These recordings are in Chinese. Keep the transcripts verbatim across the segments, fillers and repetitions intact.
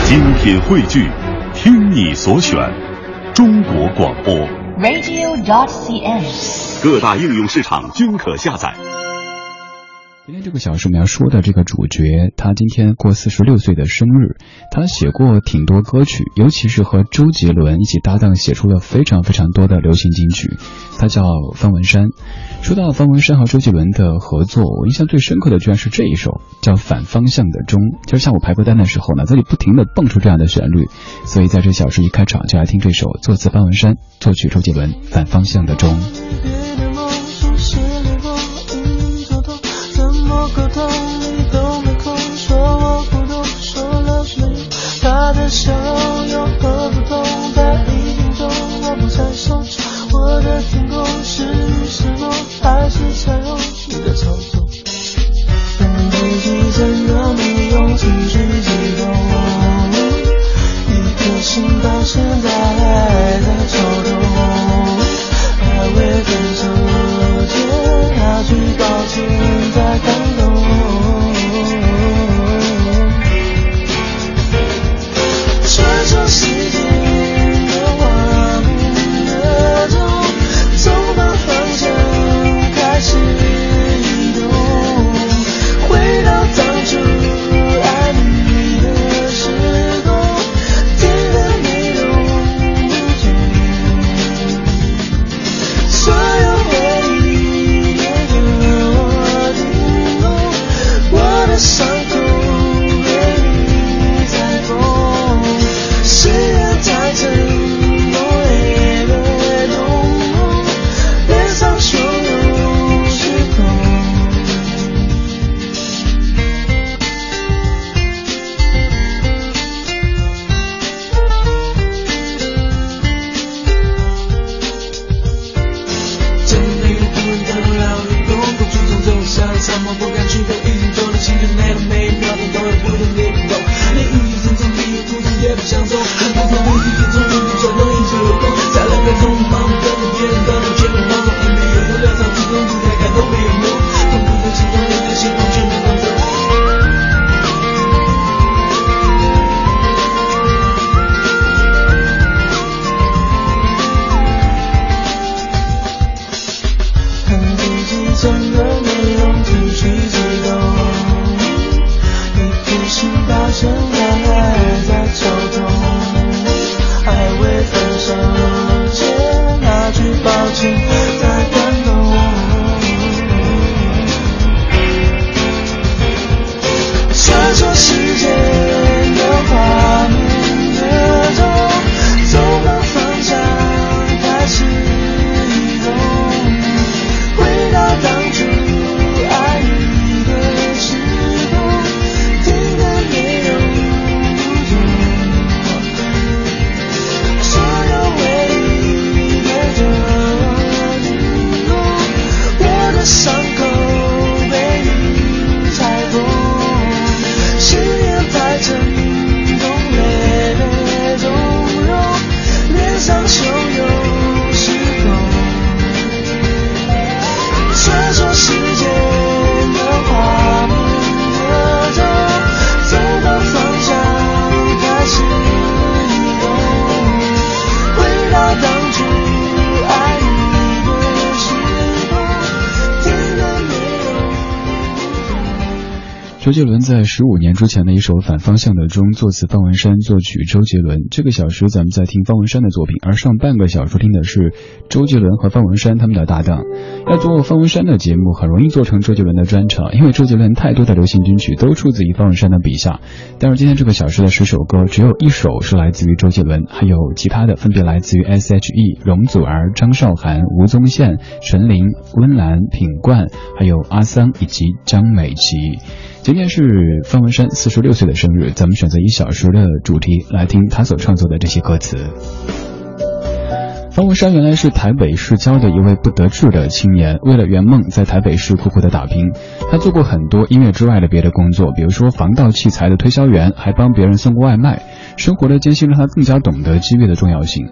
精品汇聚，听你所选，中国广播 radio dot c n， 各大应用市场均可下载。 今天这个小时我们要说的这个主角，他今天过四十六岁的生日。他写过挺多歌曲，尤其是和周杰伦一起搭档，写出了非常非常多的流行金曲。他叫方文山。说到方文山和周杰伦的合作，我印象最深刻的居然是这一首叫《反方向的钟》。就是下午排歌单的时候呢，这里不停地蹦出这样的旋律，所以在这小时一开场就来听这首作词方文山，作曲周杰伦，《反方向的钟》。 沟通你都没空，说我不懂，说了什么？他的笑有何不同？在一点钟我不再受宠，我的天空是雨是梦，还是彩虹？你的操纵，但自己真的没用情绪激动，一颗心到现在还在抽动，还未分手前那句抱歉在感动。穿梭时间的画面的钟，从反方向开始移动，回到当初爱你的时空，听得没容不同，所有回忆也跟我停动，我的伤口被你裁缝，誓言太沉重，泪泪动，脸上汹涌失控。真没有不能太多让人动，公主从走向苍茫，不敢去动，已经走了七年内的每一秒钟都有不同的变动，连语言层层理由途中也不相同，很多种问题也从路转动，一直流动，在两个匆忙的别人当中全部放纵，也没有人潦草之中不太感动，没有梦，痛苦的心中有的心痛全部放纵。看自己真的没用情绪激动，一颗心到现在还在抽动，还未分手前那句抱歉在感动，穿梭时间的画面的钟，从反方向开始移动，回到当初爱你的时空，听得没容不同，所有回忆也跟我停动，我的伤口被你裁缝，誓言太沉重，泪泪纵容，脸上汹涌失控。穿梭时间的画面的钟，从反方向开始移动，回到当初爱你的时空，听得没容不同。 周杰伦在十五年之前的一首《反方向的钟》，作词方文山，作曲周杰伦。这个小时咱们在听方文山的作品，而上半个小时听的是周杰伦和方文山他们的搭档。要做方文山的节目，很容易做成周杰伦的专场，因为周杰伦太多的流行金曲都出自于方文山的笔下。但是今天这个小时的十首歌，只有一首是来自于周杰伦，还有其他的分别来自于 S H E、容祖儿、张韶涵、吴宗宪、陈琳、温岚、品冠，还有阿桑以及张美琪。今天是方文山四十六岁的生日，咱们选择一小时的主题来听他所创作的这些歌词。方文山原来是台北市郊的一位不得志的青年，为了圆梦在台北市苦苦的打拼。他做过很多音乐之外的别的工作，比如说防盗器材的推销员，还帮别人送过外卖。生活的艰辛让他更加懂得机遇的重要性。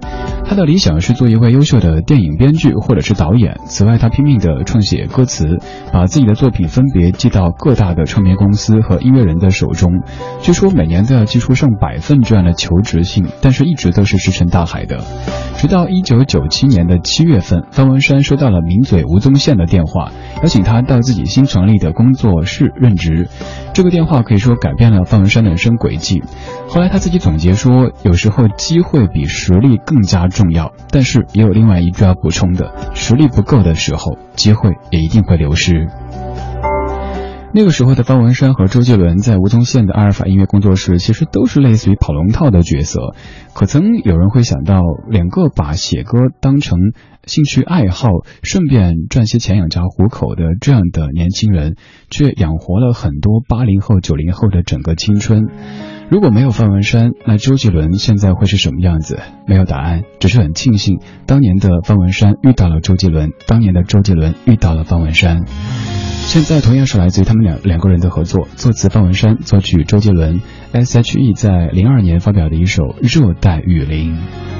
他的理想是做一位优秀的电影编剧或者是导演。此外，他拼命地创写歌词，把自己的作品分别寄到各大的唱片公司和音乐人的手中。据说每年都要寄出上百份这样的求职信，但是一直都是石沉大海的。直到一九九七年的七月份，方文山收到了名嘴吴宗宪的电话，邀请他到自己新成立的工作室任职。这个电话可以说改变了方文山的人生轨迹。后来他自己总结说，有时候机会比实力更加重要，但是也有另外一句要补充的，实力不够的时候，机会也一定会流失。那个时候的方文山和周杰伦在吴宗宪的阿尔法音乐工作室其实都是类似于跑龙套的角色，可曾有人会想到两个把写歌当成兴趣爱好，顺便赚些钱养家糊口的这样的年轻人，却养活了很多八零后九零后的整个青春。如果没有方文山，那周杰伦现在会是什么样子？没有答案，只是很庆幸当年的方文山遇到了周杰伦，当年的周杰伦遇到了方文山。现在同样是来自于他们两两个人的合作，作词方文山，作曲周杰伦。 S H E 在零二年发表的一首《热带雨林》。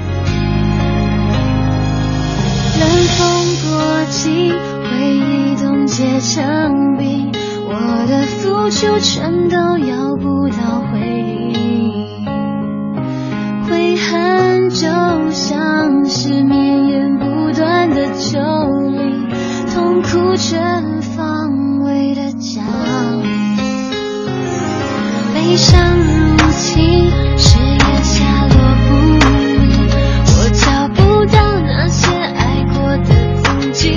冷风过境，回忆冻结成冰，我的付出全都要不到回应，悔恨就像是绵延不断的咒语，痛苦全方位的降临，悲伤如侵，誓言下落不明，我找不到那些爱过的踪迹，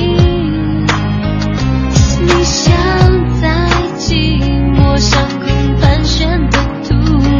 你像在寂寞上空盘旋的秃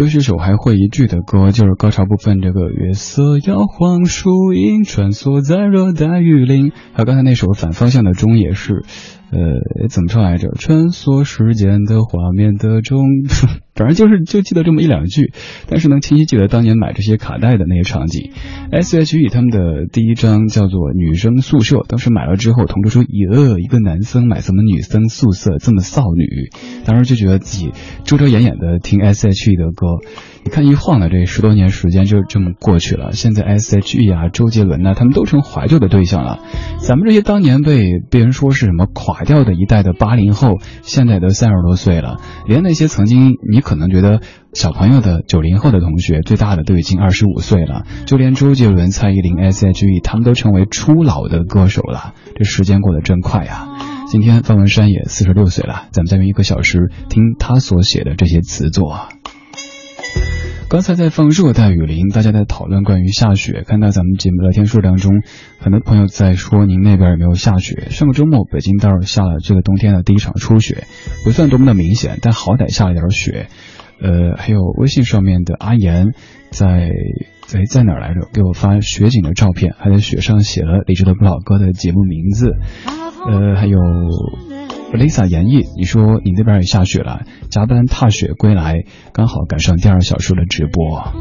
是首还会一句的歌，就是高潮部分这个月色摇晃树影，穿梭在热带雨林，还有刚才那首反方向的钟也是呃，怎么唱来着？穿梭时间的画面的钟，反正就是就记得这么一两句，但是能清晰记得当年买这些卡带的那些场景。S H E 他们的第一张叫做《女生宿舍》，当时买了之后，同桌说：“哟，一个男生买什么女生宿舍这么少女？”当时就觉得自己遮遮掩掩的听 S H E 的歌。你看一晃了，这十多年时间就这么过去了。现在 S H E 啊、周杰伦啊，他们都成怀旧的对象了。咱们这些当年被别人说是什么垮掉的一代的八零后，现在都三十多岁了。连那些曾经你可能觉得小朋友的九零后的同学，最大的都已经二十五岁了。就连周杰伦、蔡依林、S H E 他们都成为初老的歌手了。这时间过得真快呀！今天方文山也四十六岁了，咱们再用一个小时听他所写的这些词作。刚才在放热带雨林，大家在讨论关于下雪，看到咱们节目聊天室当中很多朋友在说您那边有没有下雪。上个周末北京倒是下了这个冬天的第一场初雪，不算多么的明显，但好歹下了点雪。呃，还有微信上面的阿言在在在哪儿来着，给我发雪景的照片，还在雪上写了理智的不老歌的节目名字。呃，还有Lisa 演绎，你说你那边也下雪了，加班踏雪归来，刚好赶上第二小时的直播。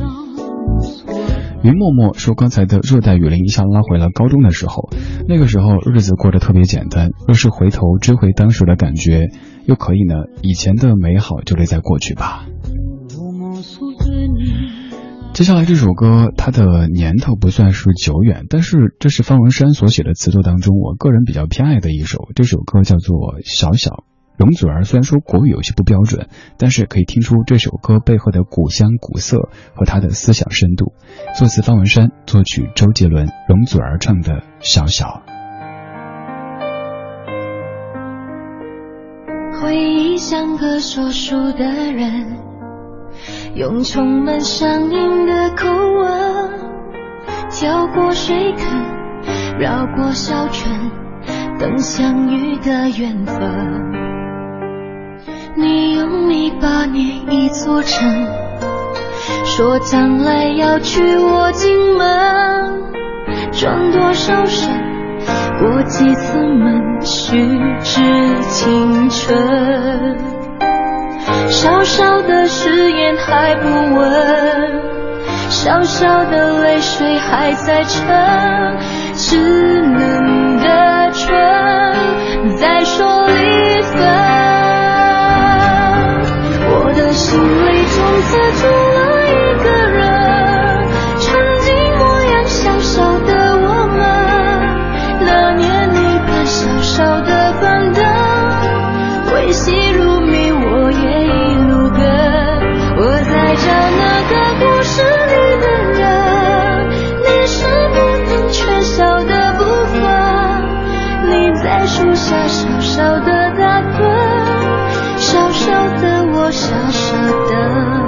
云默默说，刚才的热带雨林一下拉回了高中的时候，那个时候日子过得特别简单，若是回头追回当时的感觉，又可以呢，以前的美好就留在过去吧。接下来这首歌它的年头不算是久远，但是这是方文山所写的词作当中我个人比较偏爱的一首。这首歌叫做《小小》，容祖儿虽然说国语有些不标准，但是可以听出这首歌背后的古香古色和它的思想深度。作词方文山，作曲周杰伦，容祖儿唱的《小小》。 回忆像个说书的人，用充满乡音的口吻，跳过水坑，绕过小村，等相遇的缘分。你用泥巴捏一座城，说将来要娶我进门，转多少身，过几次门，虚掷青春。小小的誓言还不稳，小小的泪水还在沉，稚嫩的唇再说离分。我的心里从此住了一个人，纯净模样小小的我们，那年你伴小小的板凳，维系如谜我也一路跟，我在找那个故事里的人，你是不能缺少的部分，你在树下小小的打盹，小小的我小小的。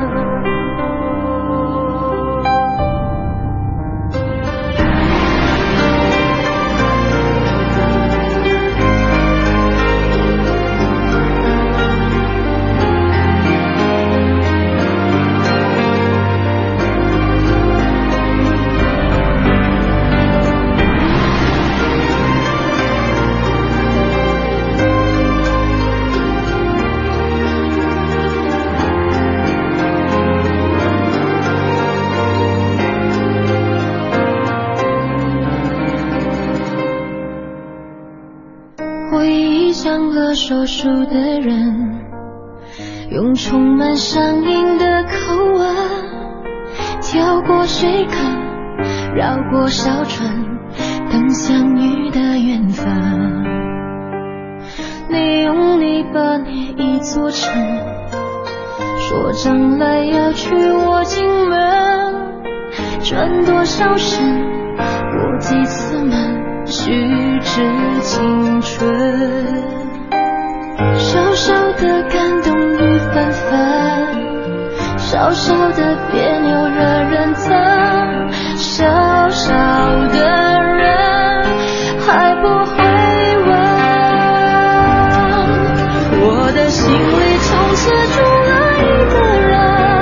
说书的人，用充满乡音的口吻，跳过水坑，绕过小村，等相遇的缘分。你用泥巴捏一座城，说将来要娶我进门，转多少身，过几次门，虚掷青春。小小的感动雨纷纷，小小的别扭惹人疼，小小的人还不会问。我的心里从此住了一个人，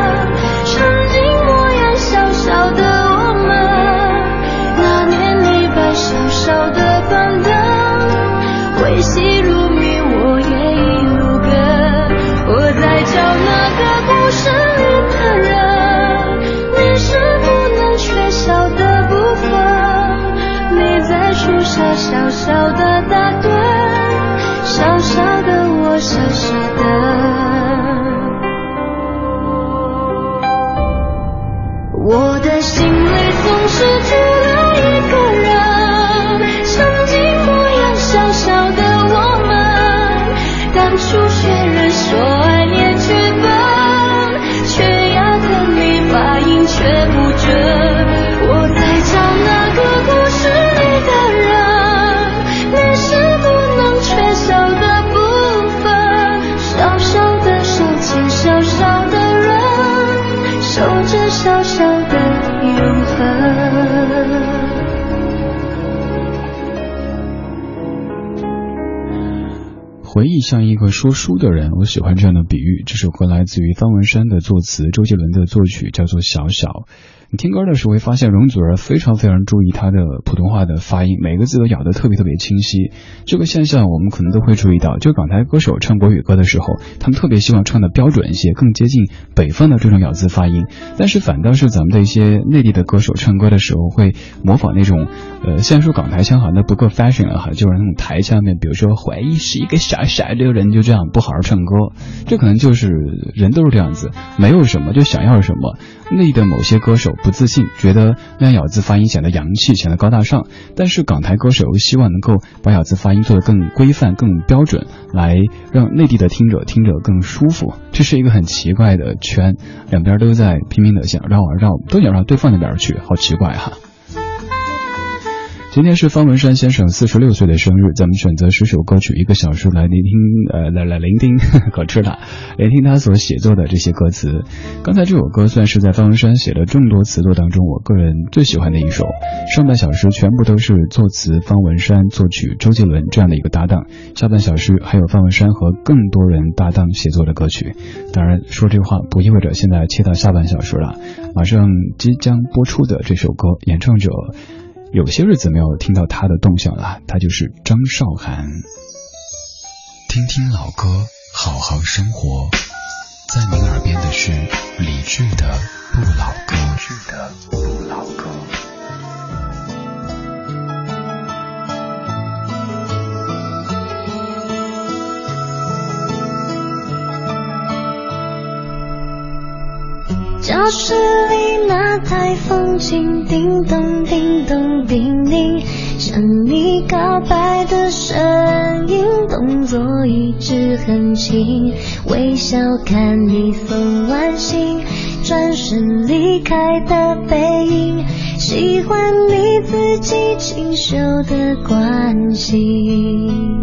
小小的打盹，小小的我小小的。我的心里总是住了一个人，曾经模样小小的我们，当初学人说爱念剧本，却要等你发音却不准。我在找那个故事里的人，你是不能缺少的部分，小小的手牵小小的人，守着小小的永恒。 回忆像一个说书的人，我喜欢这样的比喻。这首歌来自于方文山的作词，周杰伦的作曲，叫做小小。你听歌的时候会发现容祖儿非常非常注意她的普通话的发音，每个字都咬得特别特别清晰。这个现象我们可能都会注意到，就港台歌手唱国语歌的时候，他们特别希望唱的标准一些，更接近北方的这种咬字发音。但是反倒是咱们的一些内地的歌手唱歌的时候会模仿那种呃，虽然说港台腔好像那不够 fashion 了哈，就是那种台腔面，比如说怀疑是一个傻傻的人就这样不好好唱歌，这可能就是人都是这样子，没有什么就想要什么。内地的某些歌手不自信，觉得那样咬字发音显得洋气，显得高大上，但是港台歌手又希望能够把咬字发音做得更规范更标准，来让内地的听者听着更舒服。这是一个很奇怪的圈，两边都在拼命的想绕啊绕，都想绕对方那边去，好奇怪哈。今天是方文山先生四十六岁的生日，咱们选择十首歌曲一个小时来聆听，呃，来来聆听，可吃了，聆听他所写作的这些歌词。刚才这首歌算是在方文山写了众多词作当中，我个人最喜欢的一首。上半小时全部都是作词方文山，作曲周杰伦这样的一个搭档，下半小时还有方文山和更多人搭档写作的歌曲。当然说这话不意味着现在切到下半小时了，马上即将播出的这首歌，演唱者有些日子没有听到他的动向了，他就是张韶涵。 听听老歌，好好生活。在您耳边的是李志的不老歌。李志的不老歌。 教室里那台风琴叮咚叮咚叮咛，向你告白的声音，动作一直很轻，微笑看你送完信，转身离开的背影，喜欢你自己清秀的关心。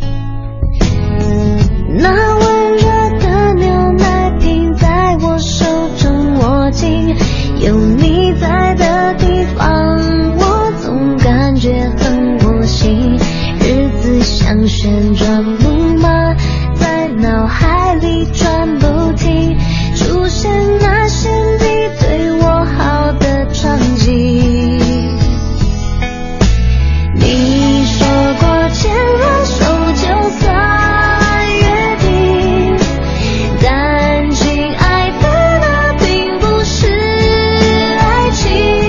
那温热的牛奶瓶在我手中握紧，有你在的地方我总感觉很窝心，日子像旋转木马在脑海里转不停，出现那些你对我好的场景。你说过牵了手就算约定，但亲爱的那并不是爱情，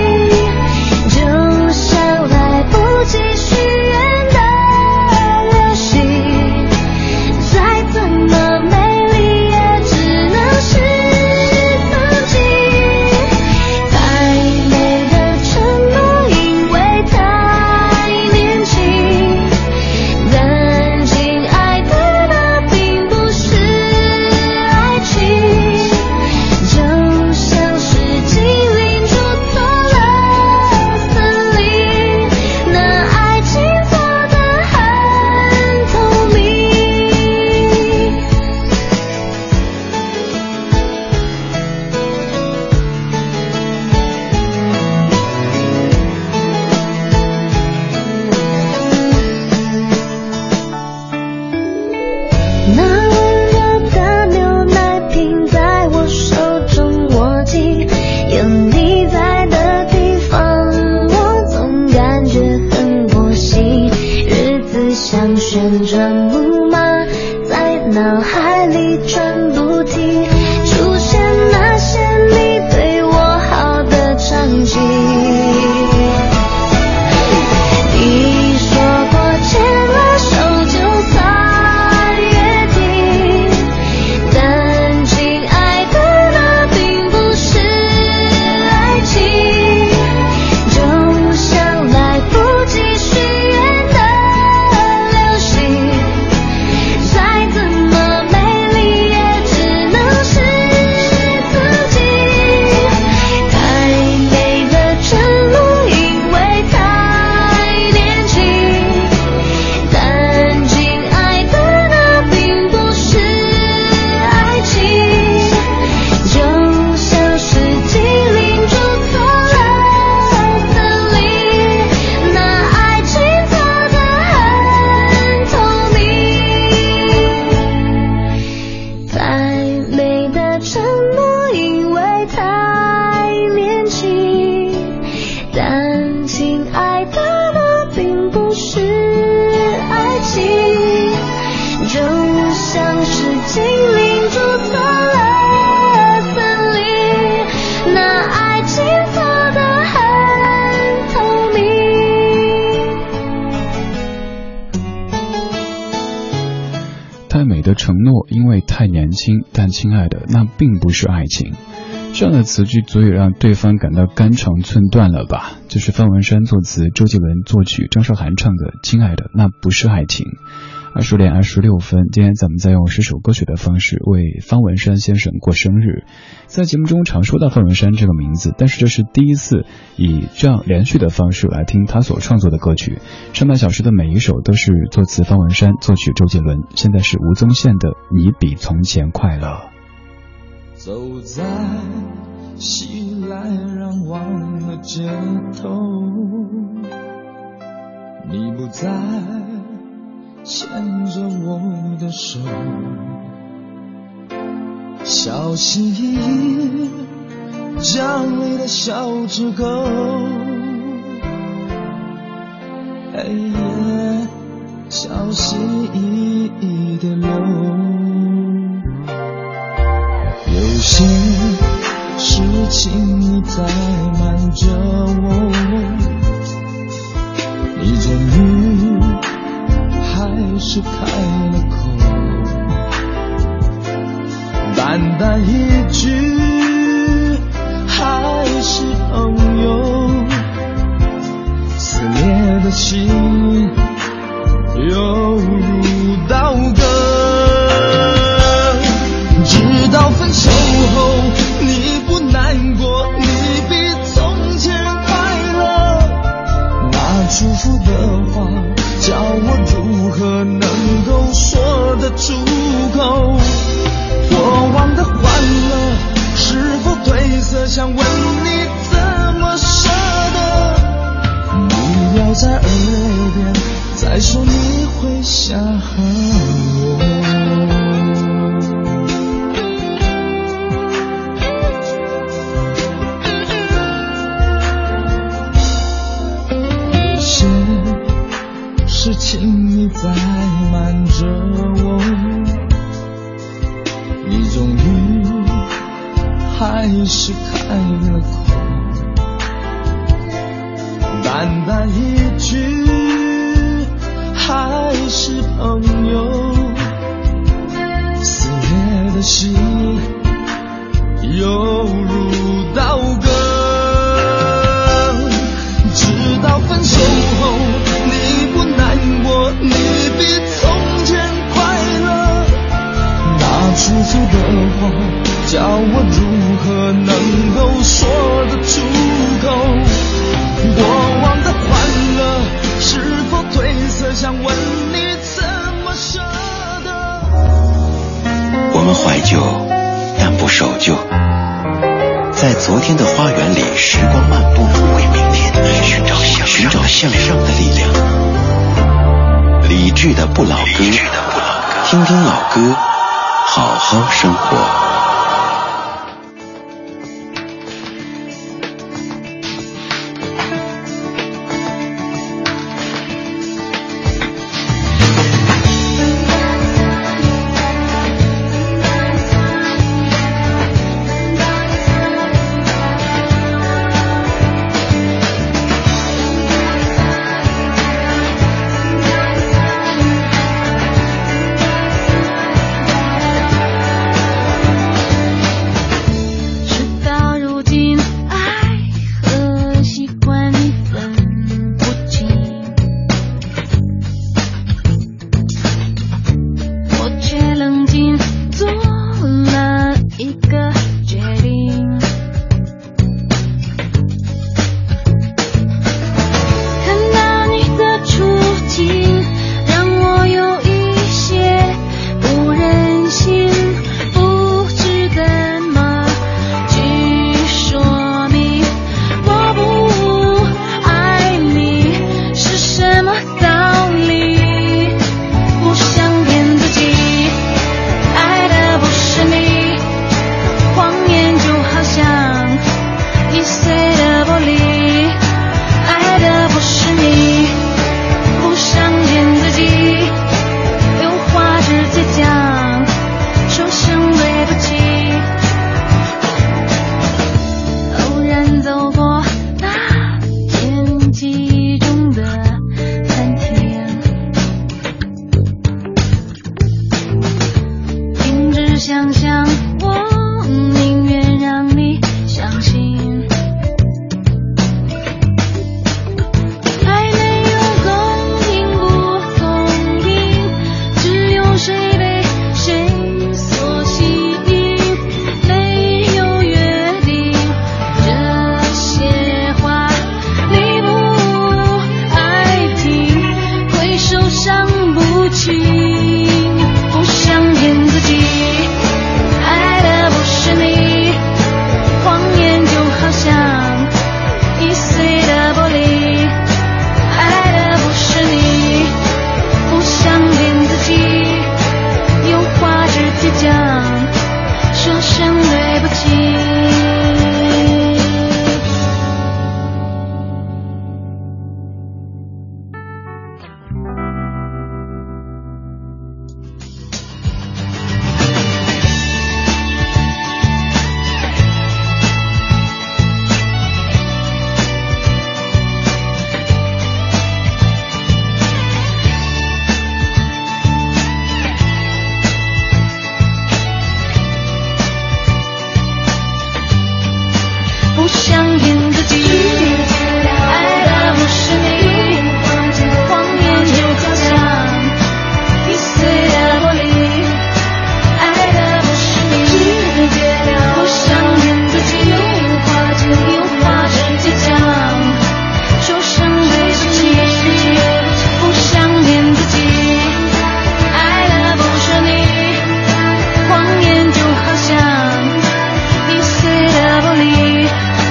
就像来不及许愿的流星，再怎么美丽也只能是曾经。太美的承诺因为太年轻，但亲爱的那并不是爱情，就像是精灵住错了森林，那爱情做得很透明。那温热的牛奶瓶在我手中握紧，有你在的地方我总感觉很窝心，日子像旋转木马在脑海里转不停，出现那些你对我好的场景。你说心灵住错了森林，那爱情走得很透明。 太美的承诺，因为太年轻，但亲爱的，那并不是爱情。这样的词句足以让对方感到肝肠寸断了吧？这是方文山作词，周杰伦作曲，张韶涵唱的《亲爱的，那不是爱情》。二十点二十六分，今天咱们再用十首歌曲的方式为方文山先生过生日。在节目中常说到方文山这个名字，但是这是第一次以这样连续的方式来听他所创作的歌曲。上半小时的每一首都是作词方文山，作曲周杰伦。现在是吴宗宪的《你比从前快乐》。 走在熙来攘往的街头，你不再牵着我的手，小心翼翼将你的小指勾，黑夜小心翼翼地流。有些事情你在瞒着我，你终于还是开了口，淡淡一句还是朋友，撕裂的心犹如刀割，直到分手后你不难过，你比从前快乐，那祝福的话叫我如何能够说得出口，过往的欢乐是否褪色，想问你怎么舍得，你要在耳边再说你会想我。事情你在瞒着我，你终于还是开了口，淡淡一句还是朋友，撕裂的心犹如刀割，直到分手后你不难过，你比从前快乐，那祝福的话叫我如何能够说得出口，过往的欢乐是否褪色，想问你怎么舍得。 我们怀旧但不守旧，在昨天的花园里时光漫步，为明天寻找向寻找向上的力量。理智的不老歌，听听老歌，好好生活。 想不清，不想骗自己，爱的不是你，谎言就好像易碎的玻璃，爱的不是你，不想骗自己，有话直接讲，说声对不起。不想骗自己，爱的不是你，谎言就好像易碎的玻璃，爱的不是你，不想骗自己，有话直接讲，说声对不起，不想骗自己，爱的不是你，谎言就好像易碎的玻璃，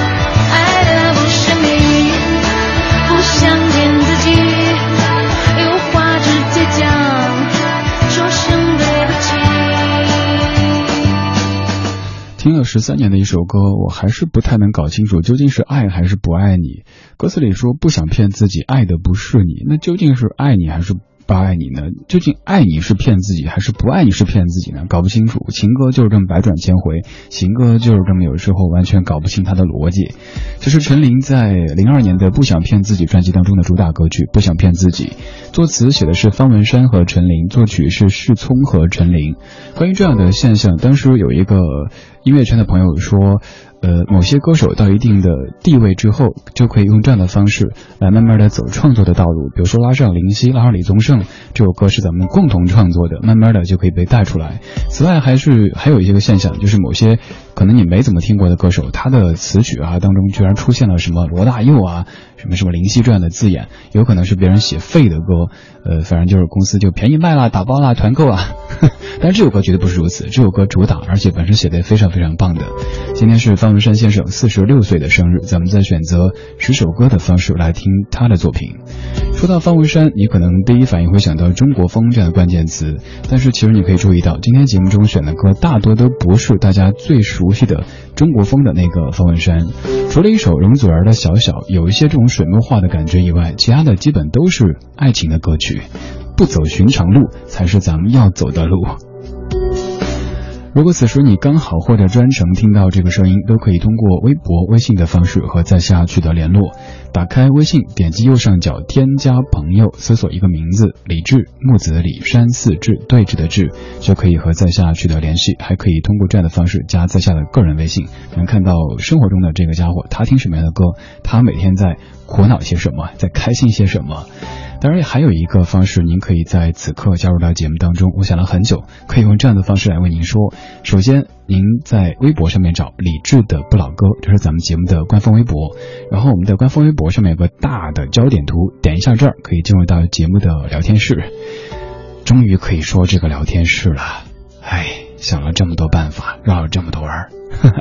听了十三年的一首歌，我还是不太能搞清楚究竟是爱还是不爱你。歌词里说不想骗自己，爱的不是你，那究竟是爱你还是不爱你呢？究竟爱你是骗自己还是不爱你是骗自己呢？搞不清楚。情歌就是这么百转千回，情歌就是这么有时候完全搞不清它的逻辑。这是陈琳在零二年的不想骗自己专辑当中的主打歌曲，不想骗自己。作词写的是方文山和陈琳，作曲是世聪和陈琳。关于这样的现象，当时有一个音乐圈的朋友说，呃，某些歌手到一定的地位之后，就可以用这样的方式来慢慢的走创作的道路。比如说拉上林夕，拉上李宗盛，这首歌是咱们共同创作的，慢慢的就可以被带出来。此外，还是还有一些个现象，就是某些可能你没怎么听过的歌手，他的词曲啊当中居然出现了什么罗大佑啊，什么什么林夕这样的字眼，有可能是别人写废的歌，呃，反正就是公司就便宜卖啦、打包啦、团购啊。但是这首歌绝对不是如此，这首歌主打，而且本身写的非常非常棒的。今天是方文山先生四十六岁的生日，咱们再选择十首歌的方式来听他的作品。说到方文山，你可能第一反应会想到中国风这样的关键词，但是其实你可以注意到，今天节目中选的歌大多都不是大家最熟悉的中国风的那个方文山。除了一首容祖儿的小小有一些这种水墨画的感觉以外，其他的基本都是爱情的歌曲。不走寻常路才是咱们要走的路。如果此时你刚好或者专程听到这个声音，都可以通过微博、微信的方式和在下取得联络。打开微信，点击右上角添加朋友，搜索一个名字李志，木子李，山寺志，对峙的志，就可以和在下取得联系。还可以通过这样的方式加在下的个人微信，能看到生活中的这个家伙，他听什么样的歌，他每天在苦恼些什么，在开心些什么。当然还有一个方式，您可以在此刻加入到节目当中，我想了很久，可以用这样的方式来为您说。首先您在微博上面找李志的不老歌，这是咱们节目的官方微博，然后我们的官方微博上面有个大的焦点图，点一下这儿可以进入到节目的聊天室。终于可以说这个聊天室了，哎，想了这么多办法，绕了这么多弯儿。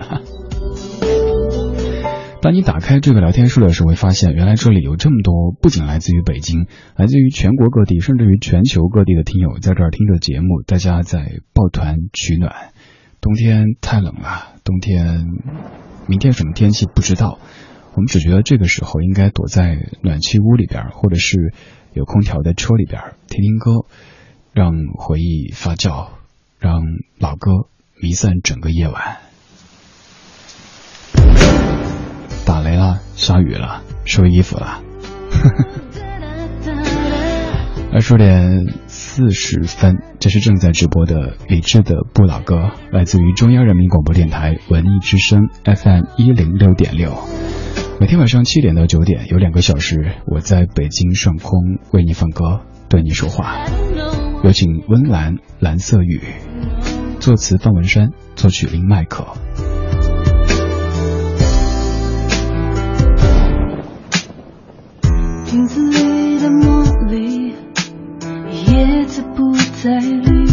当你打开这个聊天室的时候，会发现原来这里有这么多不仅来自于北京，来自于全国各地甚至于全球各地的听友在这儿听着节目，大家在抱团取暖。冬天太冷了，冬天明天什么天气不知道，我们只觉得这个时候应该躲在暖气屋里边，或者是有空调的车里边听听歌，让回忆发酵，让老歌弥散整个夜晚。打雷了，下雨了，收衣服了。二十点四十分，这是正在直播的李志的不老歌，来自于中央人民广播电台文艺之声 F M 一零六点六。每天晚上七点到九点，有两个小时，我在北京上空为你放歌，对你说话。有请温岚，蓝色雨，作词方文山，作曲林迈可。 镜子里的茉莉叶子不再绿，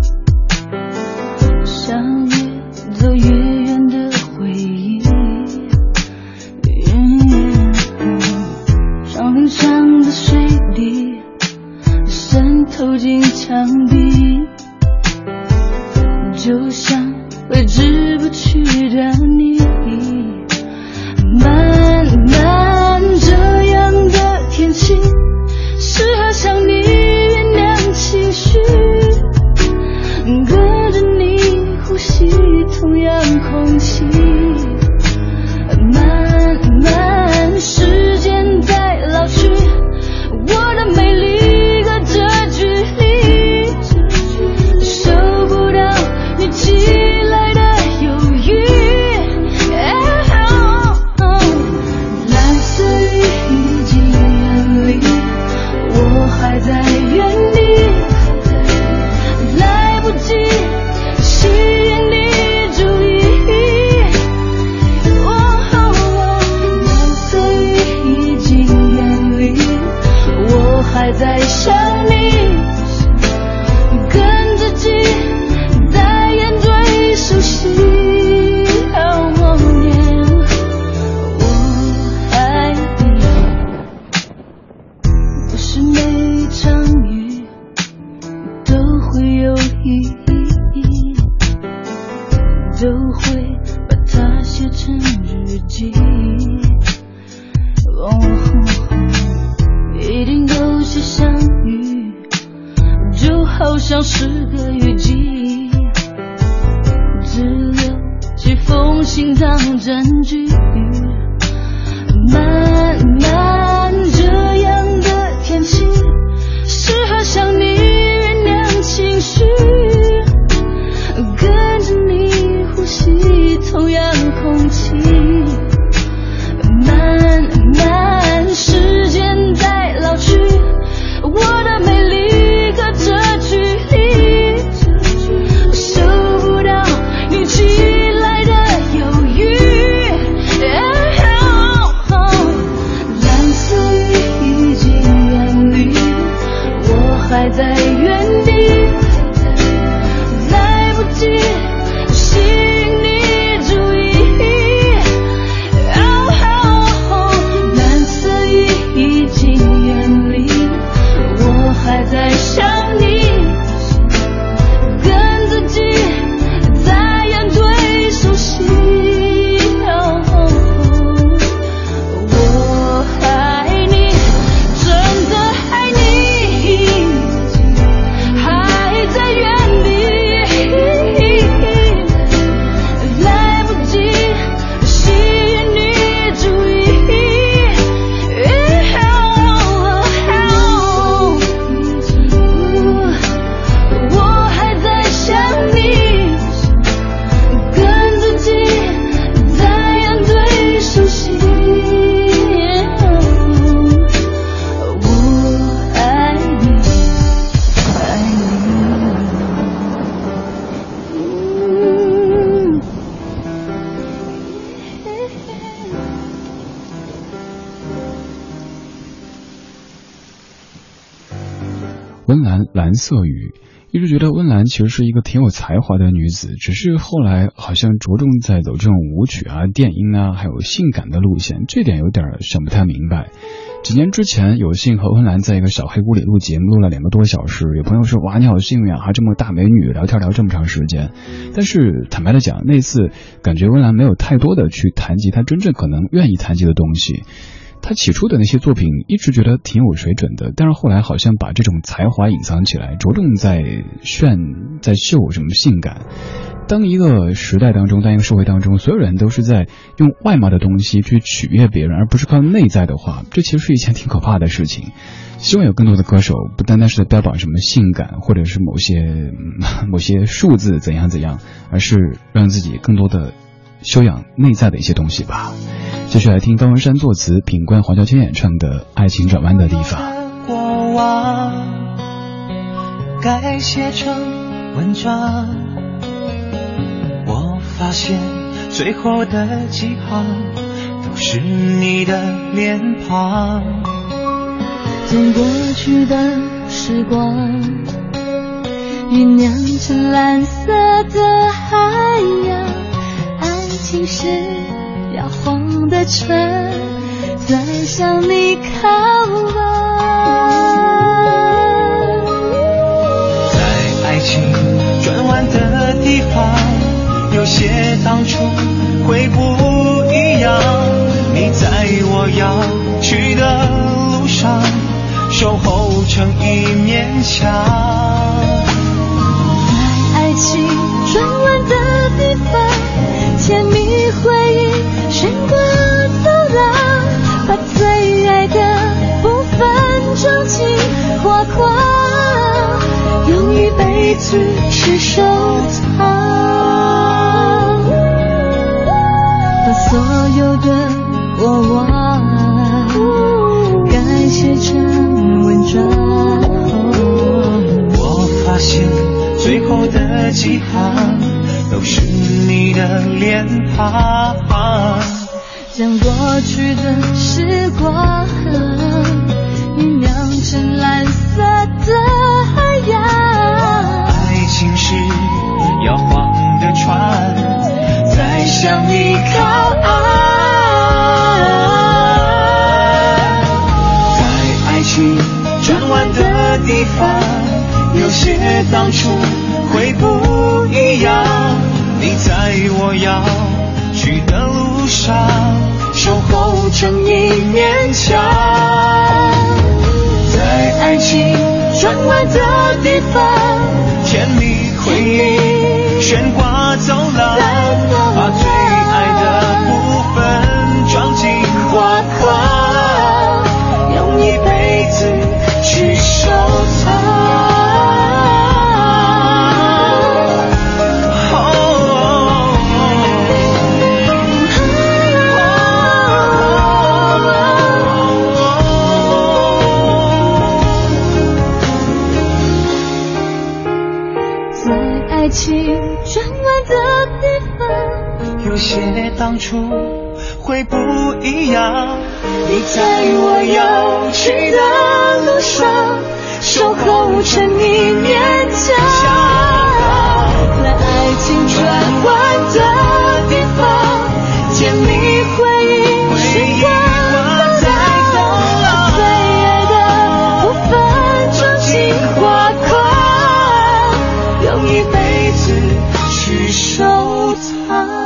想越走越远的回忆，嗯，长很长的水滴渗透进墙壁，就像挥之不去的你，慢慢这样的天气适合想你酝酿情绪，跟着你呼吸同样空气，慢慢时间在老去，我的美丽隔着距离，收不到你寄来的犹豫，蓝色雨已经远离，我还在原地，来不及吸引你注意，蓝色雨已经远离，我还在想你，跟自己在眼追熟悉，我爱你，不是每一场雨都会有意义，都会把它写成日记，哦，一定有些相遇就好像是个雨季，只留几封信当证据，慢慢这样的天气适合想你酝酿情绪，跟着你呼吸同样空气，慢慢时间在老去，我的美丽隔着距离，收不到你寄来的犹豫，蓝色雨已经远离，我还在原地，来不及吸引你注意，蓝色雨已经远离，我还在想你，跟自己在眼对熟悉，我爱你，真的爱你，还在原地，来不及吸引你注意，我还在想你，跟自己在眼对熟悉，我爱你，爱你， 温岚蓝色雨，一直觉得温岚其实是一个挺有才华的女子，只是后来好像着重在走这种舞曲啊、电音啊，还有性感的路线，这点有点想不太明白。几年之前有幸和温岚在一个小黑屋里录节目，录了两个多小时，有朋友说哇你好幸运啊，还这么大美女聊天聊这么长时间，但是坦白的讲，那次感觉温岚没有太多的去谈及她真正可能愿意谈及的东西。他起初的那些作品一直觉得挺有水准的，但是后来好像把这种才华隐藏起来，着重在炫在秀什么性感。当一个时代当中，当一个社会当中，所有人都是在用外貌的东西去取悦别人，而不是靠内在的话，这其实是一件挺可怕的事情。希望有更多的歌手不单单是在标榜什么性感或者是某些、嗯、某些数字怎样怎样，而是让自己更多的修养内在的一些东西吧。继续来听方文山作词，品冠黄小千演唱的《爱情转弯的地方》。 过往该写成文章，我发现最后的几行都是你的脸庞。 从过去的时光酝酿成蓝色的海洋。爱情是摇晃的船，在向你靠岸。 在爱情转弯的地方，有些当初会不一样。你在我要去的路上，守候成一面墙。 在爱情转弯的地方，甜蜜回忆悬挂走廊，把最爱的部分装进画框，用一辈子去收藏，把所有的过往改写成文章。 我发现最后的几行都是你的脸庞， 将过去的时光酝酿成蓝色的海洋。 爱情是摇晃的船，在向你靠岸。在爱情转弯的地方，有些当初会不一样。你在我要去的路上，守候成一面墙。在爱情转弯的地方，甜蜜回忆悬挂走廊，把最爱的部分装进画框，用一辈子去收藏。 爱情转弯的地方， 有些当初会不一样。你在我要去的路上，守候成一面墙。 在爱情转弯的地方，甜蜜回忆悬挂在走廊，最爱的部分装进画框，用一辈子去收藏。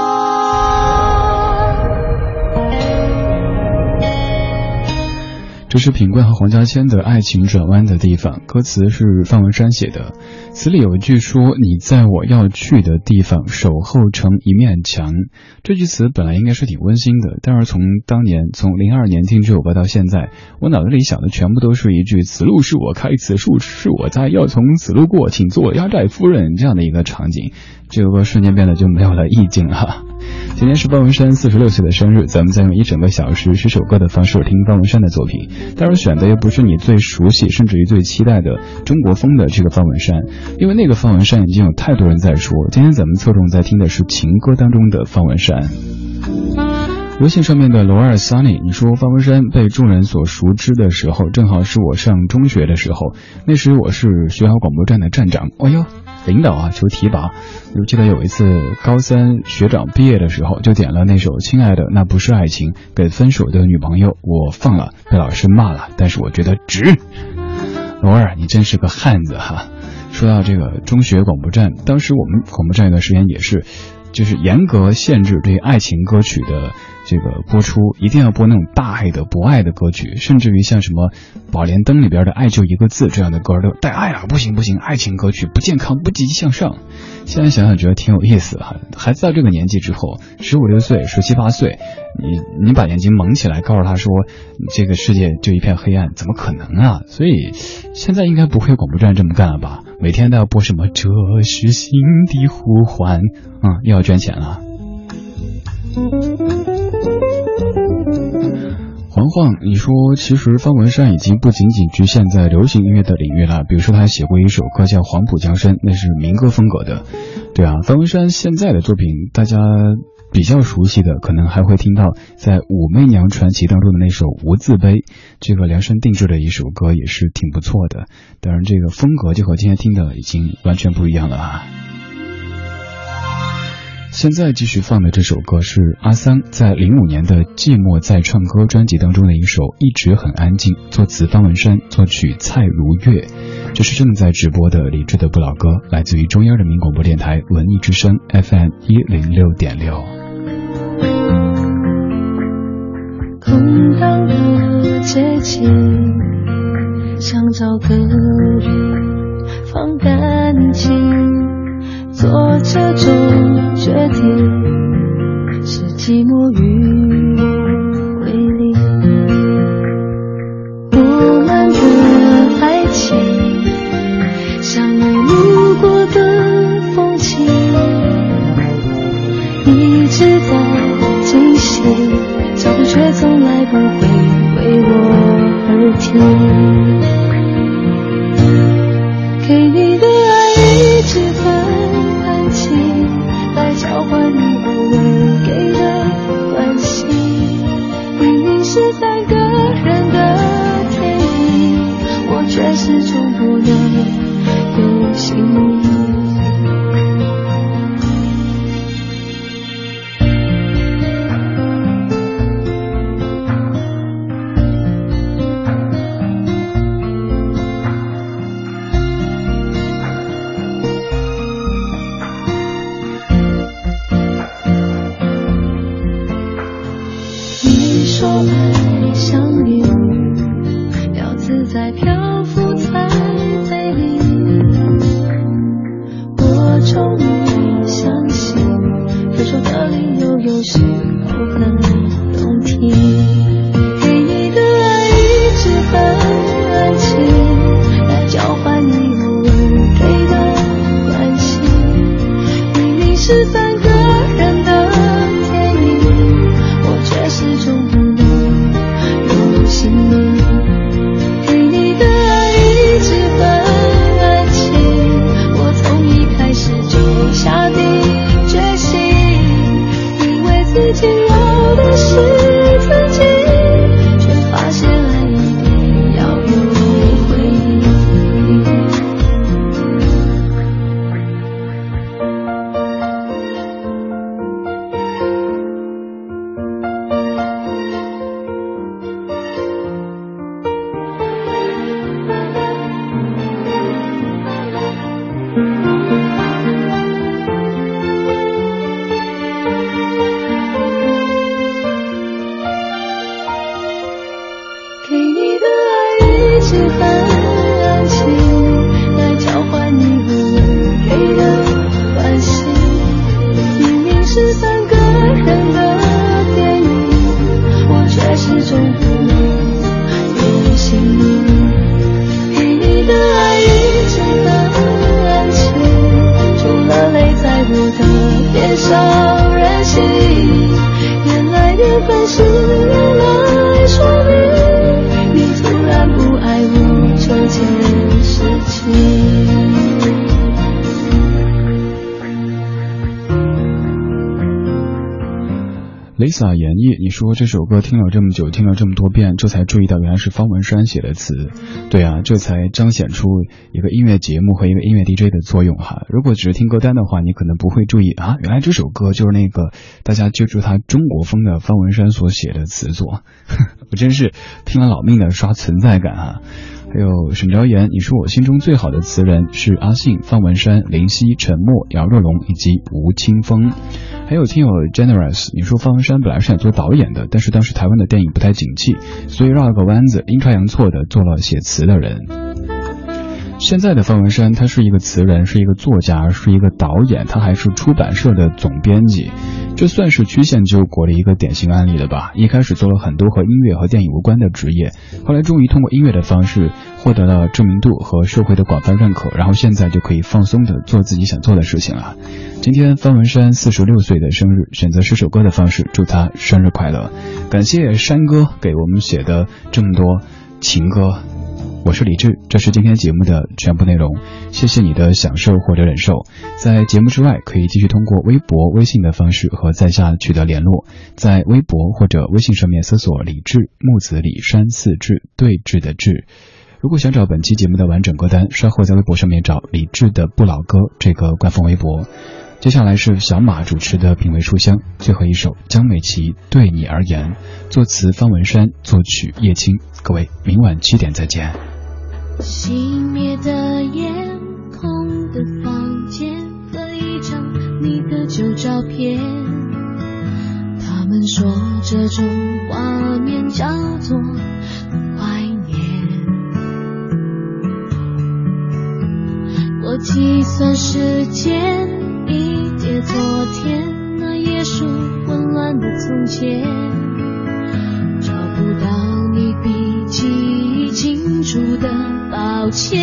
这是品冠和黄家千的《爱情转弯的地方》，歌词是范文山写的。词里有一句说：“你在我要去的地方，守候成一面墙。”这句词本来应该是挺温馨的，但是从当年从零二年听这首歌到现在，我脑子里想的全部都是一句“此路是我开，此树是我栽，要从此路过，请做压寨夫人”这样的一个场景。这个歌瞬间变得就没有了意境了。今天是范文山四十六岁的生日，咱们再用一整个小时十首歌的方式听范文山的作品。当然选的又不是你最熟悉甚至于最期待的中国风的这个范文山，因为那个范文山已经有太多人在说，今天咱们侧重在听的是情歌当中的范文山。微信上面的罗二 Sunny， 你说范文山被众人所熟知的时候，正好是我上中学的时候，那时我是学校广播站的站长。哦哟，领导啊，求提拔。我记得有一次高三学长毕业的时候，就点了那首《亲爱的那不是爱情》给分手的女朋友，我放了，被老师骂了，但是我觉得值。罗二，你真是个汉子哈。说到这个中学广播站，当时我们广播站一段时间也是就是严格限制对爱情歌曲的这个播出，一定要播那种大爱的博爱的歌曲，甚至于像什么宝莲灯里边的爱就一个字这样的歌都带爱啊，不行不行，爱情歌曲不健康不积极向上。现在想想觉得挺有意思哈，孩子到这个年纪之后，十五六岁十七八岁，你你把眼睛蒙起来告诉他说这个世界就一片黑暗，怎么可能啊？所以现在应该不会有广播站这么干了吧，每天都要播什么这是心的呼唤，嗯，又要捐钱了。黄晃，你说其实方文山已经不仅仅局限在流行音乐的领域了，比如说他还写过一首歌叫《黄浦江山》，那是民歌风格的。对啊，方文山现在的作品大家比较熟悉的，可能还会听到在《武媚娘传奇》当中的那首《无字碑》，这个量身定制的一首歌也是挺不错的。当然，这个风格就和今天听的已经完全不一样了啊。现在继续放的这首歌是阿桑在零五年的《寂寞在唱歌》专辑当中的一首《一直很安静》，作词方文山，作曲蔡如月。这是正在直播的理智的不老歌，来自于中央人民广播电台文艺之声 F M 一零六点六。 空荡的街景，想找个人放感情，做这种决定是寂寞与我为邻。我们的爱情像你路过的风景，一直在进行，脚步却从来不会为我而停。给你的爱一直很安静，来交换你偶尔给的关心。明明是三个人的电影，我却始终不能有姓名。 Lisa 演绎，你说这首歌听了这么久，听了这么多遍，这才注意到原来是方文山写的词。对啊，这才彰显出一个音乐节目和一个音乐 D J 的作用哈。如果只是听歌单的话，你可能不会注意啊，原来这首歌就是那个大家揪住他中国风的方文山所写的词作。我真是拼了老命的刷存在感啊。还有沈昭言，你说我心中最好的词人是阿信、方文山、林夕、陈默、姚若龙以及吴青峰。还有听友 Generous， 你说方文山本来是想做导演的，但是当时台湾的电影不太景气，所以绕了个弯子，阴差阳错的做了写词的人。现在的方文山他是一个词人，是一个作家，是一个导演，他还是出版社的总编辑，这算是曲线救国的一个典型案例了吧。一开始做了很多和音乐和电影无关的职业，后来终于通过音乐的方式获得了知名度和社会的广泛认可，然后现在就可以放松的做自己想做的事情了。今天方文山四十六岁的生日，选择这首歌的方式祝他生日快乐。感谢山哥给我们写的这么多情歌。我是李志，这是今天节目的全部内容。 谢谢你的享受或者忍受。在节目之外，可以继续通过微博、微信的方式和在下取得联络。在微博或者微信上面搜索李志，木子李山四志，对峙的志。如果想找本期节目的完整歌单，稍后在微博上面找李志的不老歌这个官方微博。接下来是小马主持的品味书香，最后一首江美琪对你而言，作词方文山，作曲叶青。各位明晚七点再见。 熄灭的烟，空的房间和一张你的旧照片，他们说这种画面叫做怀念。我计算时间，一叠昨天，那页数混乱的从前，找不到你比记忆清楚的抱歉。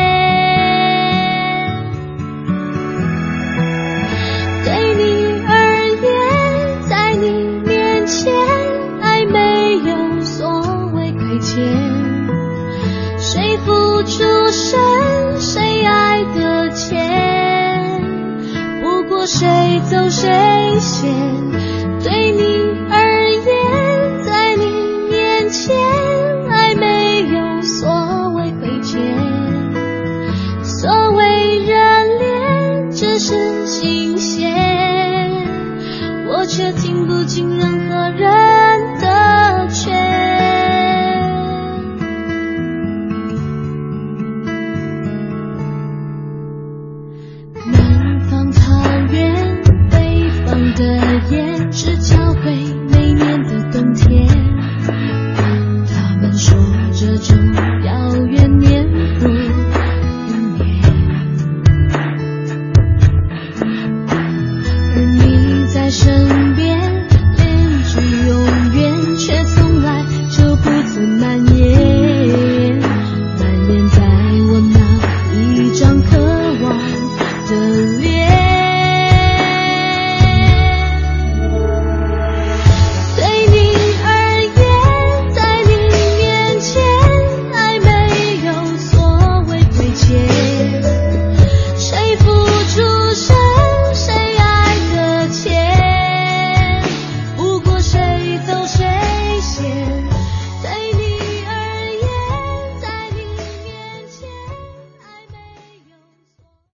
对你而言，在你面前，爱没有所谓亏欠，谁付出深，谁爱的浅，不过谁走谁先。对你而言，在你面前，爱没有所谓亏欠，所谓热恋只是新鲜，我却听不进任何人